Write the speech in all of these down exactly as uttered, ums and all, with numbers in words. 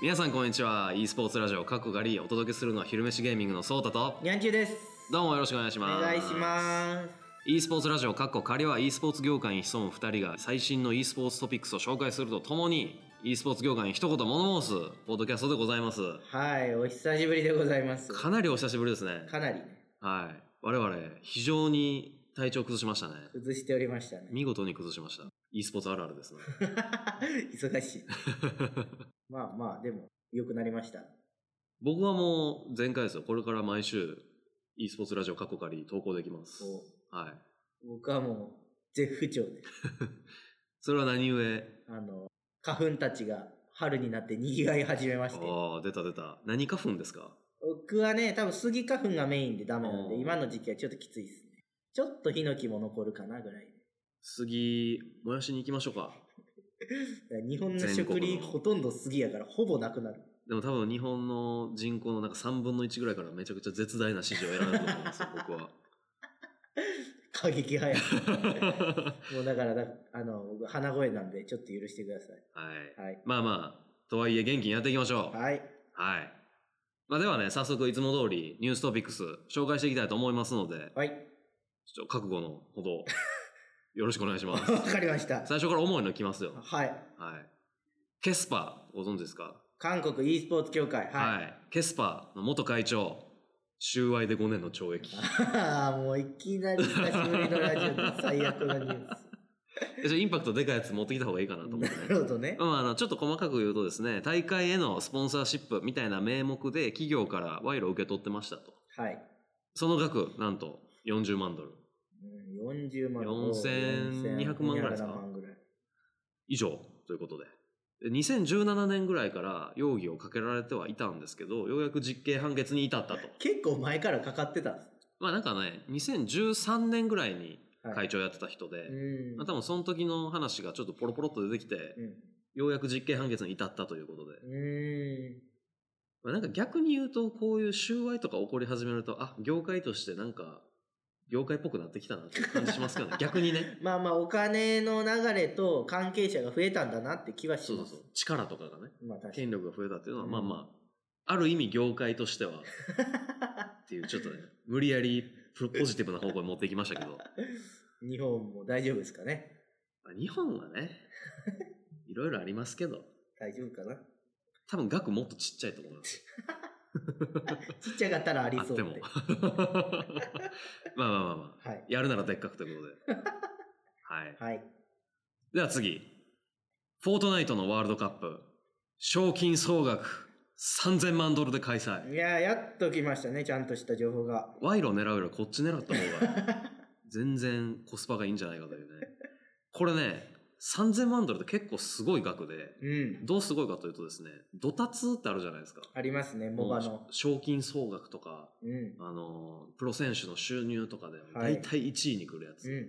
皆さんこんにちは。 e スポーツラジオカッコガリお届けするのは昼飯ゲーミングのソータとにゃんちゅうです。 どうもよろしくお願いします。 お願いします。 e スポーツラジオカッコガリは e スポーツ業界に潜むふたりが最新の e スポーツトピックスを紹介するとともに e スポーツ業界に一言物申すポッドキャストでございます。 はい、お久しぶりでございます。 かなりお久しぶりですね。 かなりはい、我々非常に体調崩しましたね。 崩しておりましたね。 見事に崩しました。 e スポーツあるあるですね忙しいまあまあでも良くなりました。 僕はもう前回ですよ。これから毎週 e スポーツラジオカッコガリ投稿できます。はい。 僕はもう絶不調でそれは何故？ あの花粉たちが春になって賑わい始めまして。 ああ、出た出た。何花粉ですか？ 僕はね、多分スギ花粉がメインでダメなんで、今の時期はちょっときついですね。ちょっとヒノキも残るかなぐらい。 杉燃やしに行きましょうか。 日本の食林ほとんど杉やからほぼなくなる。 でも多分日本の人口のなんかさんぶんのいちぐらいからめちゃくちゃ絶大な支持を得られると思いますよ僕は。 過激派やもうだからだあの鼻声なんでちょっと許してください。 はい、 はい、 まあまあとはいえ元気にやっていきましょう。 はい、 はい。まあ、ではね、早速いつも通りニューストピックス紹介していきたいと思いますので、 はい、 ちょっと覚悟のほどよろしくお願いします。 わかりました。 最初から重いのきますよ。 はい、 はい。ケスパご存知ですか？ 韓国 e スポーツ協会、 はい、はい、ケスパの元会長収賄でごねんの懲役ああもういきなり久しぶりのラジオで最悪なニュースじゃあインパクトでかいやつ持ってきた方がいいかなと思って、ね、 なるほどね。 まあ、あのちょっと細かく言うとですね、大会へのスポンサーシップみたいな名目で企業から賄賂を受け取ってましたと。 はい。 その額なんとよんじゅうまんドル、 うん、よんじゅうまんよんせんにひゃくまんぐらいですか以上ということで、でにせんじゅうななねんぐらいから容疑をかけられてはいたんですけど、ようやく実刑判決に至ったと。 結構前からかかってたんです。 まあなんかね、にせんじゅうさんねんぐらいに会長やってた人で、はい、まあ、多分その時の話がちょっとポロポロっと出てきて、うん、ようやく実刑判決に至ったということで、うん、まあ、なんか逆に言うとこういう収賄とか起こり始めると、あ、業界としてなんか業界っぽくなってきたなって感じしますけどね逆にね。 まあまあお金の流れと関係者が増えたんだなって気はします。 そうそうそう、力とかがね、まあ、権力が増えたっていうのは、うん、まあまあある意味業界としてはっていうちょっとね無理やりポジティブな方向に持っていきましたけど日本も大丈夫ですかね。 日本はねいろいろありますけど大丈夫かな。 多分額もっとちっちゃいと思いますちっちゃかったらありそうって。 あってもまあまあまあまあ、はい、やるならでっかくということではい、はい、では次、フォートナイトのワールドカップ賞金総額さんぜんまんドルで開催。 いややっときましたね、ちゃんとした情報が。 賄賂狙うよりこっち狙った方が全然コスパがいいんじゃないかというね。これねさんぜんまんドルって結構すごい額で、うん、どうすごいかというとですね、ドタツってあるじゃないですか。 ありますね、モバの賞金総額とか、うん、あのプロ選手の収入とかで大体いちいに来るやつ、はい、うんうん、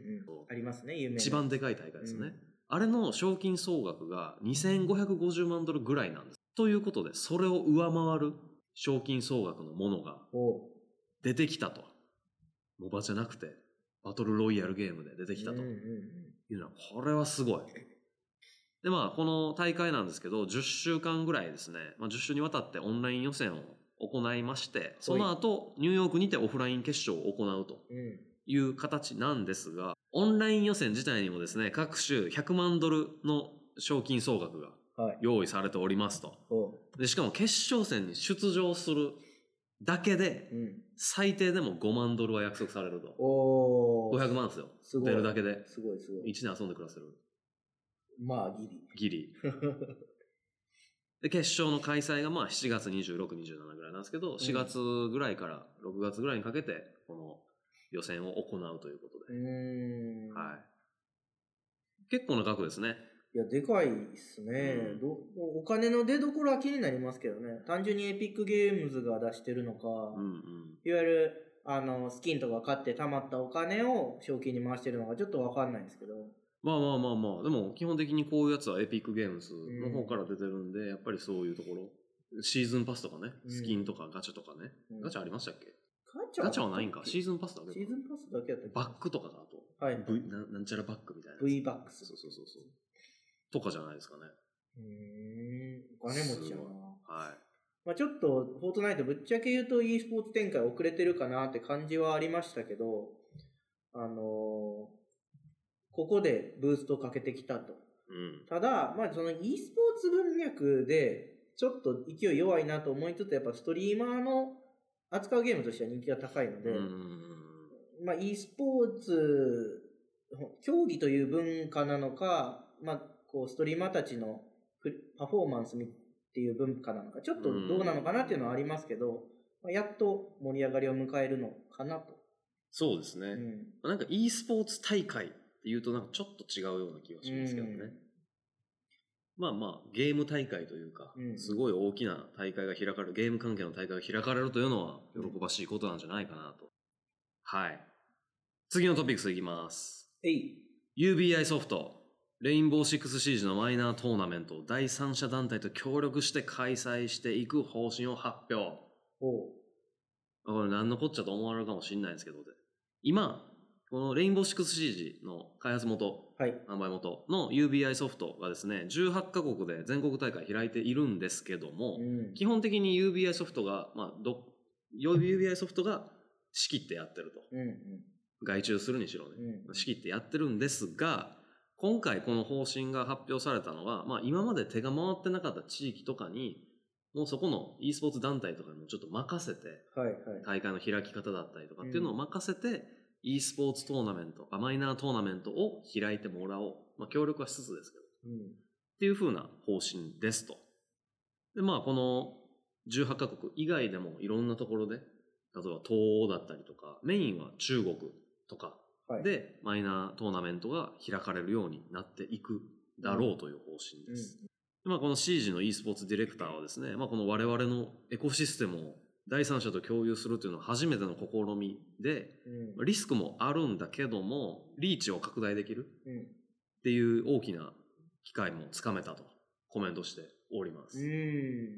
ありますね、有名な一番でかい大会ですね、うん、あれの賞金総額がにせんごひゃくごじゅうまんドルぐらいなんです。ということでそれを上回る賞金総額のものが出てきたと。モバじゃなくてバトルロイヤルゲームで出てきたというのは、これはすごい。でまあこの大会なんですけどじゅっしゅうかんぐらいですね、まあ、じゅっ週にわたってオンライン予選を行いまして、その後ニューヨークにてオフライン決勝を行うという形なんですが、オンライン予選自体にもですね各種ひゃくまんドルの賞金総額が用意されておりますと、はい、でしかも決勝戦に出場するだけで、うん、最低でもごまんドルは約束されると。おごひゃくまんですよ。すごい出るだけで。 すごいすごい。 いちねん遊んで暮らせる。 まあギリギリで決勝の開催がまあしちがつにじゅうろく、にじゅうしちぐらいなんですけど、しがつぐらいからろくがつぐらいにかけてこの予選を行うということで、うーん、はい、結構な額ですね。 いやでかいっすね、うん、どお金の出所は気になりますけどね。単純にエピックゲームズが出してるのか、うんうん、いわゆるあのスキンとか買って貯まったお金を賞金に回してるのかちょっと分かんないんですけど、 まあまあまあまあ、でも基本的にこういうやつはエピックゲームズの方から出てるんで、うん、やっぱりそういうところシーズンパスとかね、スキンとかガチャとかね、うん、ガチャありましたっけ？ガチャ、ガチャはないんか、シーズンパスだけ。 シーズンパスだけやったっけ？ バックとかがあと、はい、v、な, なんちゃらバックみたいな V バックス、 そうそうそうそうとかじゃないですかね。 うーん、お金持ちやな。 はい。 まあちょっと、フォートナイトぶっちゃけ言うと e スポーツ展開遅れてるかなって感じはありましたけど、あのー、ここでブーストかけてきたと。うん、ただ、まあその e スポーツ文脈で、ちょっと勢い弱いなと思いつつ、やっぱストリーマーの扱うゲームとしては人気が高いので、うん、まあ e スポーツ、競技という文化なのか、まあこうストリーマーたちのパフォーマンスっていう文化なのか、ちょっとどうなのかなっていうのはありますけど、まあ、やっと盛り上がりを迎えるのかなと。 そうですね。うん、なんか e スポーツ大会っていうとなんかちょっと違うような気がしますけどね。うん、まあまあゲーム大会というか、うん、すごい大きな大会が開かれる、ゲーム関係の大会が開かれるというのは喜ばしいことなんじゃないかなと。はい。次のトピックスいきます。 えい。 ユービーアイ ソフト。レインボーシックスシージのマイナートーナメントを第三者団体と協力して開催していく方針を発表。おう。これ何のこっちゃと思われるかもしれないんですけど、今、このレインボーシックスシージの開発元、はい、販売元の ユービーアイ ソフトがですね、じゅうはちカ国で全国大会開いているんですけども、うん、基本的に ユービーアイ ソフトが、まあ、ど、ユービーアイ ソフトが仕切ってやってると。うんうん、外注するにしろね、うん、仕切ってやってるんですが、今回この方針が発表されたのは、まあ今まで手が回ってなかった地域とかに、もうそこの e スポーツ団体とかにもちょっと任せて、はいはい、大会の開き方だったりとかっていうのを任せて、うん、e スポーツトーナメント、マイナートーナメントを開いてもらおう。まあ協力はしつつですけど、うん、っていう風な方針ですと。で、まあこのじゅうはちカ国以外でもいろんなところで、例えば東欧だったりとか、メインは中国とか、はい、で、マイナートーナメントが開かれるようになっていくだろうという方針です。うんうん、まあ、この シージー の e スポーツディレクターはですね、まあ、この我々のエコシステムを第三者と共有するというのは初めての試みで、うん、リスクもあるんだけども、リーチを拡大できるっていう大きな機会もつかめたとコメントしております。うん、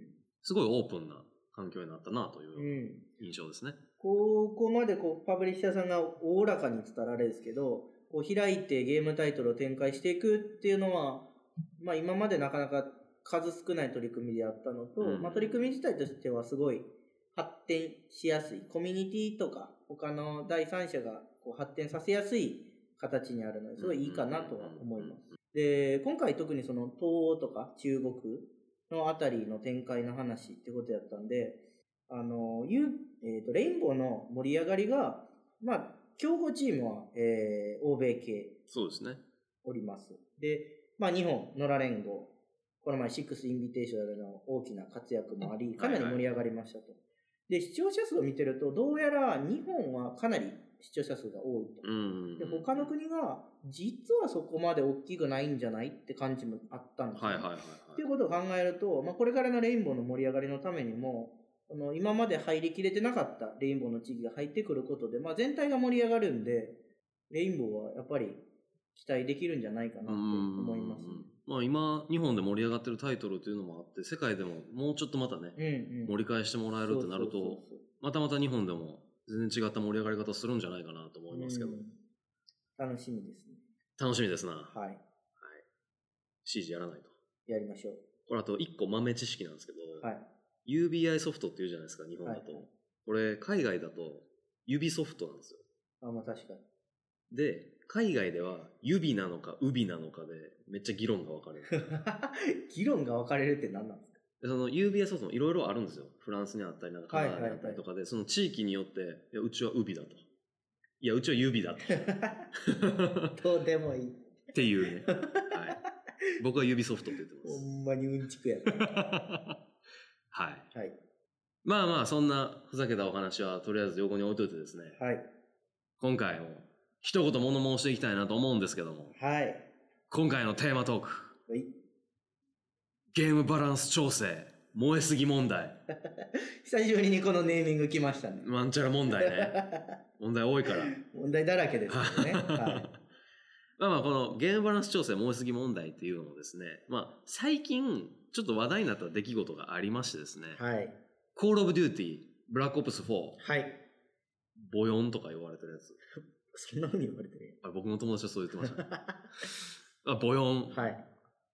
すごいオープンな環境になったなという印象ですね。うん、 ここまでこうパブリッシャーさんがおおらかに伝ったらあれですけど、こう開いてゲームタイトルを展開していくっていうのは、まあ今までなかなか数少ない取り組みであったのと、うん、まあ取り組み自体としてはすごい発展しやすい、コミュニティとか他の第三者がこう発展させやすい形にあるので、すごいいいかなとは思います。で、今回特にその東欧とか中国のあたりの展開の話ってことやったんで、あの、えっと、レインボーの盛り上がりが、まあ、競合チームは、えー、欧米系。 そうですね。 おります。で、まあ、日本、野良連合。この前、シックスインビテーショナルの大きな活躍もあり、かなり盛り上がりましたと。はいはい、で、視聴者数を見てると、どうやら日本はかなり視聴者数が多いと。で、他の国が、実はそこまで大きくないんじゃないって感じもあったんですね。はいはいはい、はい。っていうことを考えると、まあ、これからのレインボーの盛り上がりのためにも、あの今まで入りきれてなかったレインボーの地域が入ってくることで、まあ、全体が盛り上がるんで、レインボーはやっぱり期待できるんじゃないかなと思います。 まあ、今、日本で盛り上がってるタイトルというのもあって、世界でももうちょっとまたね、うんうん、盛り返してもらえるってなると、またまた日本でも全然違った盛り上がり方するんじゃないかなと思いますけど。 楽しみですね。 楽しみですな。 はい。はい。 シージー やらないと。 やりましょう。 これあと一個豆知識なんですけど、 はい。 ユービーアイ ソフトっていうじゃないですか、日本だと。はいはい、これ、海外だと、指ソフトなんですよ。 あ、まあ確かに。 で、海外では、指なのか、指なのかで、めっちゃ議論が分かれる。議論が分かれるって何なんですか？ でその ユービーアイ ソフトもいろいろあるんですよ。フランスにあったり、なんかカナダにあったりとかで、はいはいはい、その地域によって、いや、うちは指だと。いや、うちは指だと。どうでもいい。 っていうね。はい。僕は指ソフトって言ってます。 ほんまにうんちくやった。 はい。はい。まあまあ、そんなふざけたお話はとりあえず横に置いといてですね。 はい。 今回も一言物申していきたいなと思うんですけども。 はい。 今回のテーマトーク。 はい。 ゲームバランス調整、燃えすぎ問題。 久しぶりにこのネーミング来ましたね。 マンチャラ問題ね。問題多いから。 問題だらけですよね。はい。 まあまあ、このゲームバランス調整燃えすぎ問題っていうのをですね、まあ、最近、ちょっと話題になった出来事がありましてですね。 はい。 コールオブデューティー、ブラックオプスフォー。 はい。 ボヨンとか言われてるやつ。 そんな風に言われてるあ、僕の友達はそう言ってました、ね。あ、ボヨン。 はい。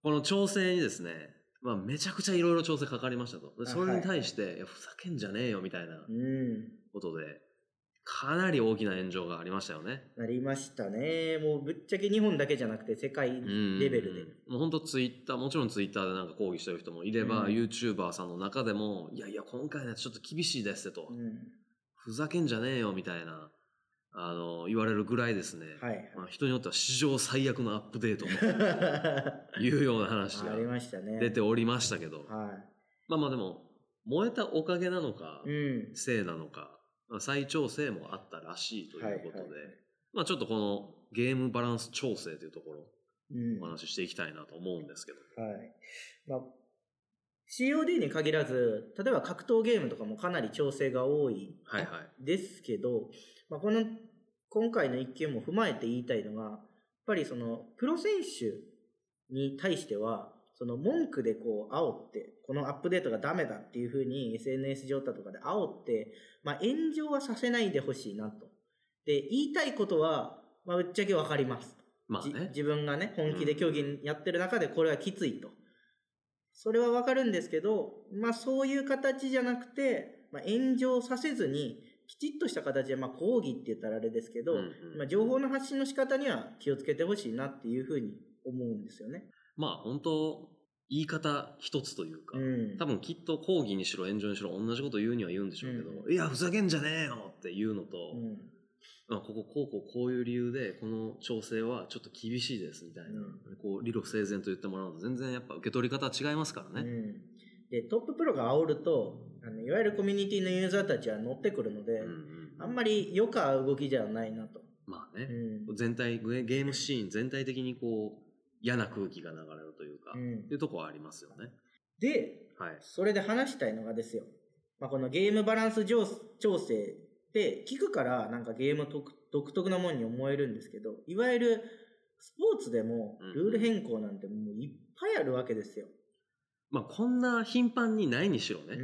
この調整にですね、まあ、めちゃくちゃいろいろ調整かかりましたと。でそれに対して、はい、いやふざけんじゃねえよみたいなことで、かなり大きな炎上がありましたよね。 なりましたね。もうぶっちゃけ日本だけじゃなくて世界レベルで。 もう本当ツイッター、もちろんツイッターでなんか抗議してる人もいれば、YouTuber さんの中でも、いやいや今回のやつちょっと厳しいですってと、うん、ふざけんじゃねえよみたいな、あの、言われるぐらいですね。はい、はい、まあ、人によっては史上最悪のアップデートというような話が出ておりましたけど、はい、まあまあでも、燃えたおかげなのか、うん、せいなのか、再調整もあったらしいということで、はいはいはい、まあちょっとこのゲームバランス調整というところ、うん、お話ししていきたいなと思うんですけど。はい。 まあ、シーオーディー に限らず、例えば格闘ゲームとかもかなり調整が多いですけど、はいはい、まあ、この今回の一件も踏まえて言いたいのが、やっぱりそのプロ選手に対しては、その文句でこう煽って、このアップデートがダメだっていうふうに エスエヌエス 上だとかで煽って、まあ炎上はさせないでほしいなと。で、言いたいことは、まあぶっちゃけわかります。まあね。自分がね、本気で競技やってる中でこれはきついと。それはわかるんですけど、まあそういう形じゃなくて、まあ炎上させずに、きちっとした形で、まあ抗議って言ったらあれですけど、うんうん、まあ情報の発信の仕方には気をつけてほしいなっていうふうに思うんですよね。 まあ本当言い方一つというか、うん、多分きっと抗議にしろ炎上にしろ同じこと言うには言うんでしょうけど、うん、いやふざけんじゃねえよっていうのと、うんまあ、こここうこうこういう理由でこの調整はちょっと厳しいですみたいな、うん、こう理路整然と言ってもらうと全然やっぱ受け取り方は違いますからね、うん、 でトッププロが煽るとあのいわゆるコミュニティのユーザーたちは乗ってくるので、うんうんうん、あんまりよく合う動きじゃないなと。 まあね、うん、全体ゲームシーン全体的にこう嫌な空気が流れるというか、うん、っていうところはありますよね。 で、はい、それで話したいのがですよ、まあ、このゲームバランス調整って聞くからなんかゲーム独特なものに思えるんですけど、いわゆるスポーツでもルール変更なんてもういっぱいあるわけですよ。 まあこんな頻繁にないにしろね、うん、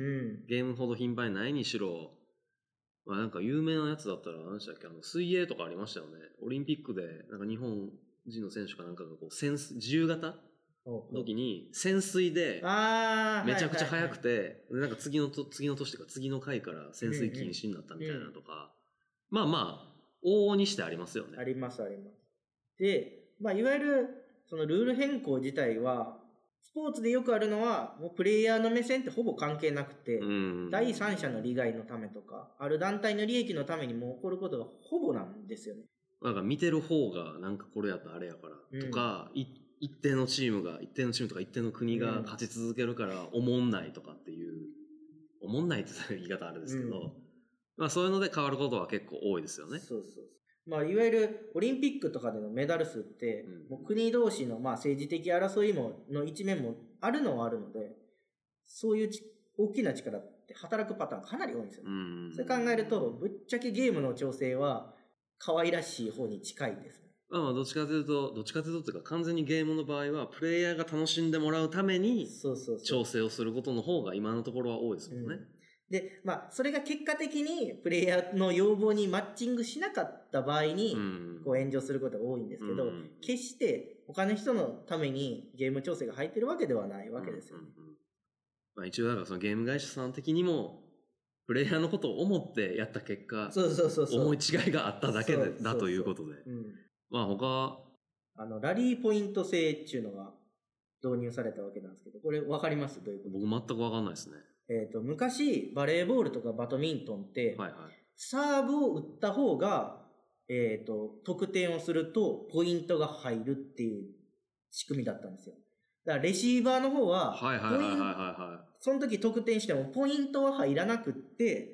ゲームほど頻繁にないにしろ、まあなんか有名なやつだったら何でしたっけ、あの水泳とかありましたよね。オリンピックでなんか日本人の選手かなんかがこう潜水自由形の時に潜水でめちゃくちゃ速くて、なんか次のと次の年とか次の回から潜水禁止になったみたいなとか、まあまあ往々にしてありますよね。 ありますあります。で、まあいわゆるそのルール変更自体はスポーツでよくあるのはもうプレイヤーの目線ってほぼ関係なくて、うん、第三者の利害のためとかある団体の利益のためにも起こることがほぼなんですよね。 なんか見てる方がなんかこれやったらあれやからとか、うん、一定のチームが一定のチームとか一定の国が勝ち続けるからおもんないとかっていう、おもんないって言い方あれですけど、うん、まあそういうので変わることは結構多いですよね。 そうそうそう。まあいわゆるオリンピックとかでのメダル数って、うん、もう国同士のまあ政治的争いもの一面もあるのはあるので、そういう大きな力って働くパターンかなり多いんですよ。うん、それ考えるとぶっちゃけゲームの調整は可愛らしい方に近いですね。 まあどっちかというと、どっちかというとというか完全にゲームの場合はプレイヤーが楽しんでもらうために調整をすることの方が今のところは多いですもんね。うん、 で、まあそれが結果的にプレイヤーの要望にマッチングしなかった場合にこう炎上することが多いんですけど、うん、決して他の人のためにゲーム調整が入ってるわけではないわけですよね。うんうんうん、 まあ、一応だからそのゲーム会社さん的にもプレイヤーのことを思ってやった結果、 そうそうそうそう、 思い違いがあっただけでだということで、うん、まあ他あのラリーポイント制っていうのが導入されたわけなんですけど、これ分かります？どういうこと？ 僕全く分かんないですね。 えっと昔バレーボールとかバドミントンって、はいはい、サーブを打った方がえっと得点をするとポイントが入るっていう仕組みだったんですよ。だからレシーバーの方は、はいはいはいはいはい。その時得点してもポイントは入らなくって、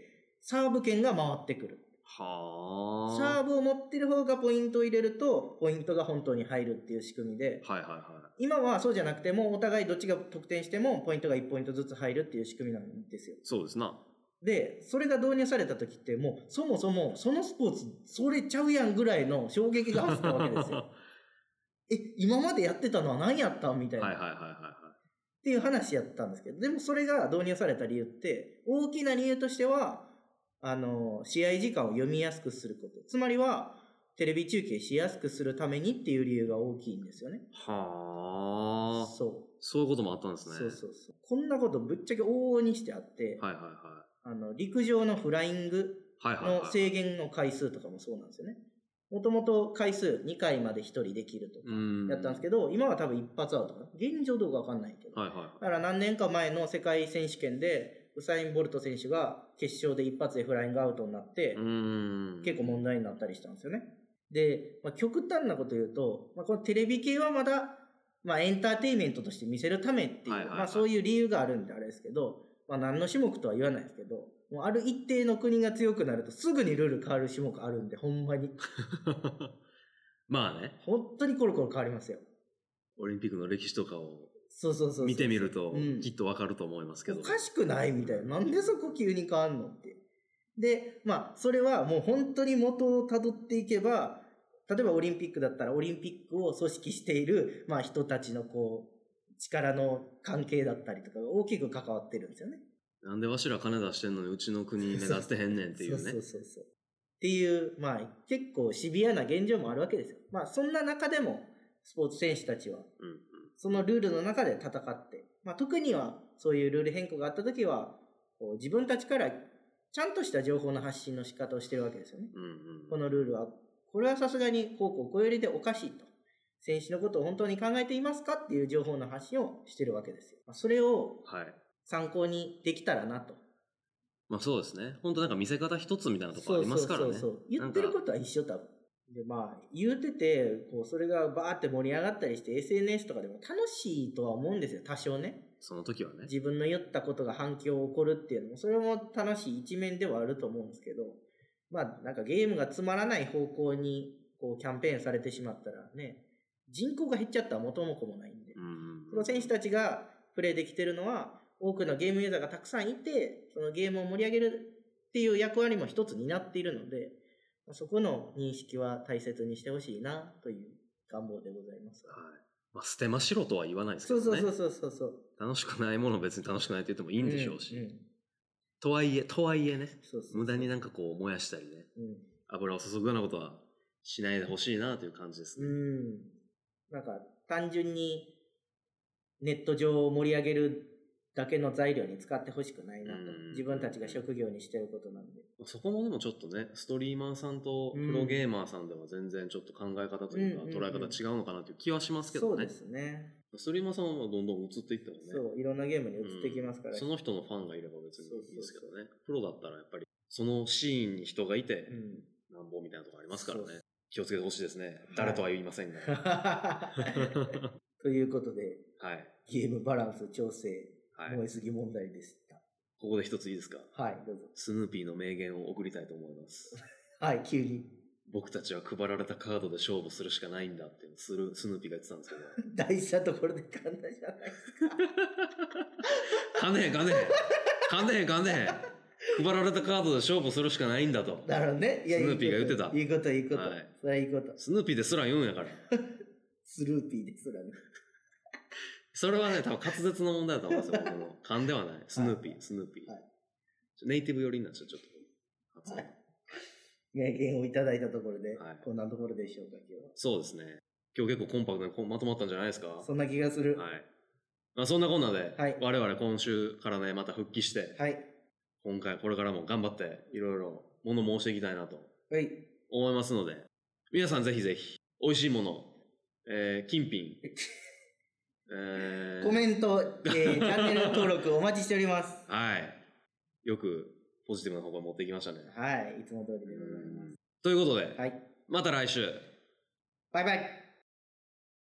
サーブ権が回ってくる。はあ。サーブを持ってる方がポイントを入れると、ポイントが本当に入るっていう仕組みで、はいはいはい。今はそうじゃなくても、お互いどっちが得点しても、ポイントがいちポイントずつ入るっていう仕組みなんですよ。 そうですな。 で、それが導入された時って、もう、そもそも、そのスポーツ、それちゃうやんぐらいの衝撃が走ったわけですよ。え、今までやってたのは何やったみたいな。はいはいはいはい。っていう話やったんですけど、でもそれが導入された理由って、大きな理由としては、あの、試合時間を読みやすくすること。つまりは、 テレビ中継しやすくするためにっていう理由が大きいんですよね。 はあ。 そう。 そういうこともあったんですね。 そうそうそう。こんなことぶっちゃけ往々にしてあって、 はいはいはい。 あの、陸上のフライングの制限の回数とかもそうなんですよね。もともと回数にかいまでひとりできるとかやったんですけど、今は多分一発アウトかな。現状どうかわかんないけど。はいはい。だから何年か前の世界選手権で、ウサイン・ボルト選手が決勝で一発でフライングアウトになって、結構問題になったりしたんですよね。で、まあ、極端なこと言うと、まあ、このテレビ系はまだ、まあ、エンターテインメントとして見せるためっていう、はいはいはい、まあ、そういう理由があるんであれですけど、まあ、何の種目とは言わないですけど、もうある一定の国が強くなるとすぐにルール変わる種目あるんで、ほんまに。 まあね。 本当にコロコロ変わりますよ。 オリンピックの歴史とかをそうそうそう見てみると、きっとわかると思いますけど、 うん。おかしくないみたいな。なんでそこ急に変わんのって。で、まあ、それはもう本当に元を辿っていけば、例えばオリンピックだったらオリンピックを組織している、まあ、人たちのこう、力の関係だったりとかが大きく関わってるんですよね。 なんでわしら金出してんのにうちの国目指してへんねんっていうね。 そうそうそうそう。っていう、まあ結構シビアな現状もあるわけですよ。まあそんな中でもスポーツ選手たちは、そのルールの中で戦って、まあ特にはそういうルール変更があった時は、こう自分たちからちゃんとした情報の発信の仕方をしてるわけですよね。うんうん、このルールは、これはさすがにこうこうこうよりでおかしいと。選手のことを本当に考えていますかっていう情報の発信をしてるわけですよ。それを参考にできたらなと。 まあそうですね。本当なんか見せ方一つみたいなところありますからね。そうそうそうそう。 言ってることは一緒多分。で、まあ言うてて、こうそれがバーって盛り上がったりして エスエヌエス とかでも楽しいとは思うんですよ、多少ね。 その時はね。 自分の言ったことが反響起こるっていうのも、それも楽しい一面ではあると思うんですけど、まあなんかゲームがつまらない方向にこうキャンペーンされてしまったらね、人口が減っちゃったら元も子もないんで、その選手たちがプレイできてるのは、多くのゲームユーザーがたくさんいて、そのゲームを盛り上げるっていう役割も一つ担っているので、そこの認識は大切にしてほしいなという願望でございます。はい。 まあ、捨てましろとは言わないですけどね。 そうそうそうそうそう。 楽しくないものを別に楽しくないって言ってもいいんでしょうし。うんうん、とはいえ、とはいえねそうそうそう、無駄になんかこう燃やしたりね、うん、油を注ぐようなことはしないでほしいなという感じですね。うん。 なんか単純にネット上を盛り上げるだけの材料に使ってほしくないなと。自分たちが職業にしてることなんで。 そこもでもちょっとね、ストリーマーさんとプロゲーマーさんでは全然ちょっと考え方というか捉え方違うのかなという気はしますけどね。 そうですね。 ストリーマーさんはどんどん移っていってもね。 そう、いろんなゲームに移ってきますから、うん。 その人のファンがいれば別にいいですけどね。プロだったらやっぱりそのシーンに人がいて、なんぼみたいなところありますからね。そうそう気をつけてほしいですね。はい、誰とは言いませんが。 ということで、はい、ゲームバランス調整、はい、燃えすぎ問題でした。 ここで一ついいですか？ はい、どうぞ。 スヌーピーの名言を送りたいと思います。 はい、急に。 僕たちは配られたカードで勝負するしかないんだってスルスヌーピーが言ってたんですけど。 大事なところで噛んだじゃないですか。 噛んでへん噛んでへん。噛んでへん噛んでへん。配られたカードで勝負するしかないんだと。 なるほどね。 いやスヌーピーが言ってた。 いいこといいこと。はい、それはいいこと。 スヌーピーですら言うんやから。 スルーピーですらね。 それはね、多分滑舌の問題だと思うんですよ。この噛んではない。スヌーピー、はい、スヌーピー。はい、ネイティブ寄りになっちゃう、ちょっと。はい。 名言をいただいたところで、はい、こんなところでしょうか、今日は。 そうですね。今日結構コンパクトにまとまったんじゃないですか。 そんな気がする。 はい。まあそんなこんなで、はい、我々今週からね、また復帰して、はい。今回これからも頑張っていろいろ物申していきたいなと思いますので、はい、皆さんぜひぜひ美味しいもの、えー、金品、 えー、コメント、えー、チャンネル登録お待ちしております。 はい。よくポジティブな方向に持っていきましたね。 はい。いつも通りでございます。 ということで、はい、また来週。 バイバイ。